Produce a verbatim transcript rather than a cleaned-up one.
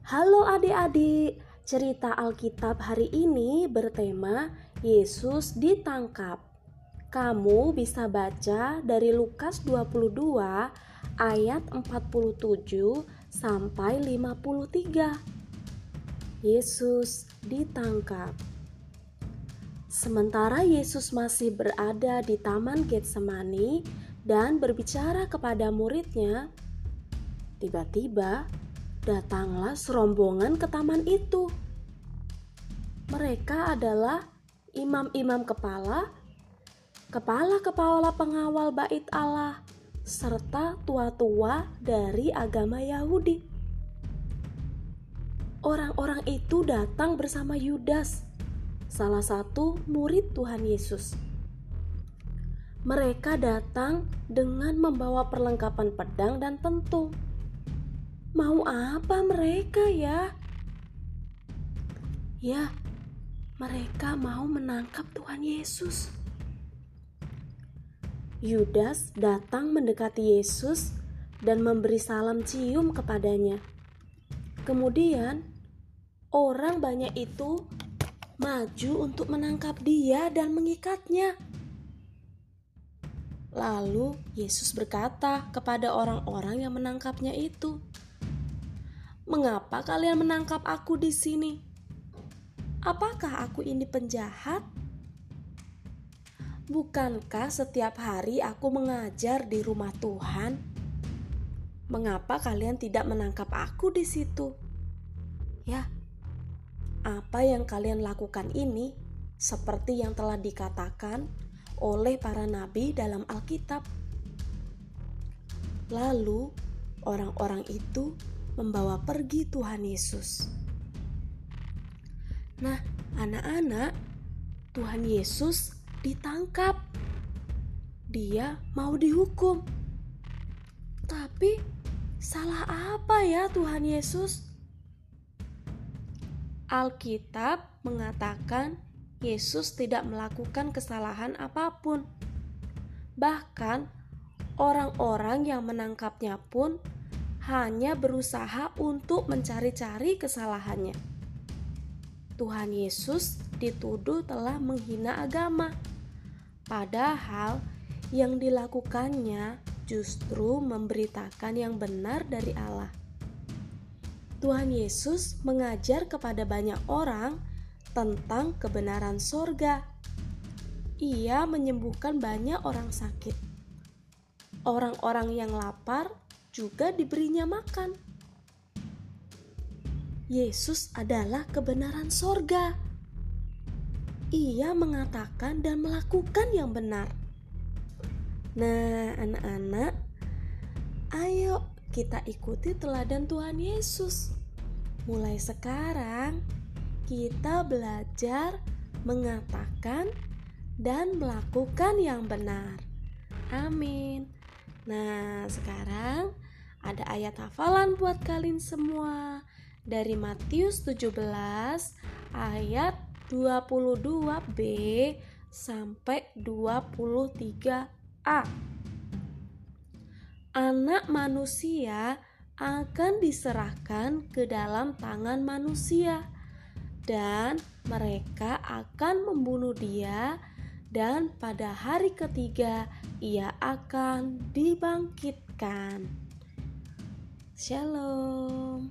Halo adik-adik, cerita Alkitab hari ini bertema Yesus ditangkap. Kamu bisa baca dari Lukas dua puluh dua ayat empat puluh tujuh sampai lima puluh tiga. Yesus ditangkap. Sementara Yesus masih berada di Taman Getsemani dan berbicara kepada muridnya, tiba-tiba datanglah serombongan ke taman itu. Mereka adalah imam-imam kepala, kepala-kepala pengawal bait Allah, serta tua-tua dari agama Yahudi. Orang-orang itu datang bersama Yudas, salah satu murid Tuhan Yesus. Mereka datang dengan membawa perlengkapan pedang dan pentung. Mau apa mereka ya? Ya, mereka mau menangkap Tuhan Yesus. Yudas datang mendekati Yesus dan memberi salam cium kepadanya. Kemudian, orang banyak itu maju untuk menangkap dia dan mengikatnya. Lalu Yesus berkata kepada orang-orang yang menangkapnya itu, "Mengapa kalian menangkap aku di sini? Apakah aku ini penjahat? Bukankah setiap hari aku mengajar di rumah Tuhan? Mengapa kalian tidak menangkap aku di situ? Ya, apa yang kalian lakukan ini seperti yang telah dikatakan oleh para nabi dalam Alkitab." Lalu orang-orang itu membawa pergi Tuhan Yesus. Nah, anak-anak, Tuhan Yesus ditangkap. Dia mau dihukum. Tapi salah apa ya Tuhan Yesus? Alkitab mengatakan Yesus tidak melakukan kesalahan apapun. Bahkan orang-orang yang menangkapnya pun hanya berusaha untuk mencari-cari kesalahannya. Tuhan Yesus dituduh telah menghina agama, padahal yang dilakukannya justru memberitakan yang benar dari Allah. Tuhan Yesus mengajar kepada banyak orang tentang kebenaran sorga. Ia menyembuhkan banyak orang sakit. Orang-orang yang lapar juga diberinya makan. Yesus adalah kebenaran sorga. Ia mengatakan dan melakukan yang benar. Nah, anak-anak, ayo kita ikuti teladan Tuhan Yesus. Mulai sekarang, kita belajar mengatakan dan melakukan yang benar. Amin. Nah, sekarang ada ayat hafalan buat kalian semua dari Matius tujuh belas ayat dua puluh dua b sampai dua puluh tiga a. Anak manusia akan diserahkan ke dalam tangan manusia, dan mereka akan membunuh dia, dan pada hari ketiga ia akan dibangkitkan. Shalom.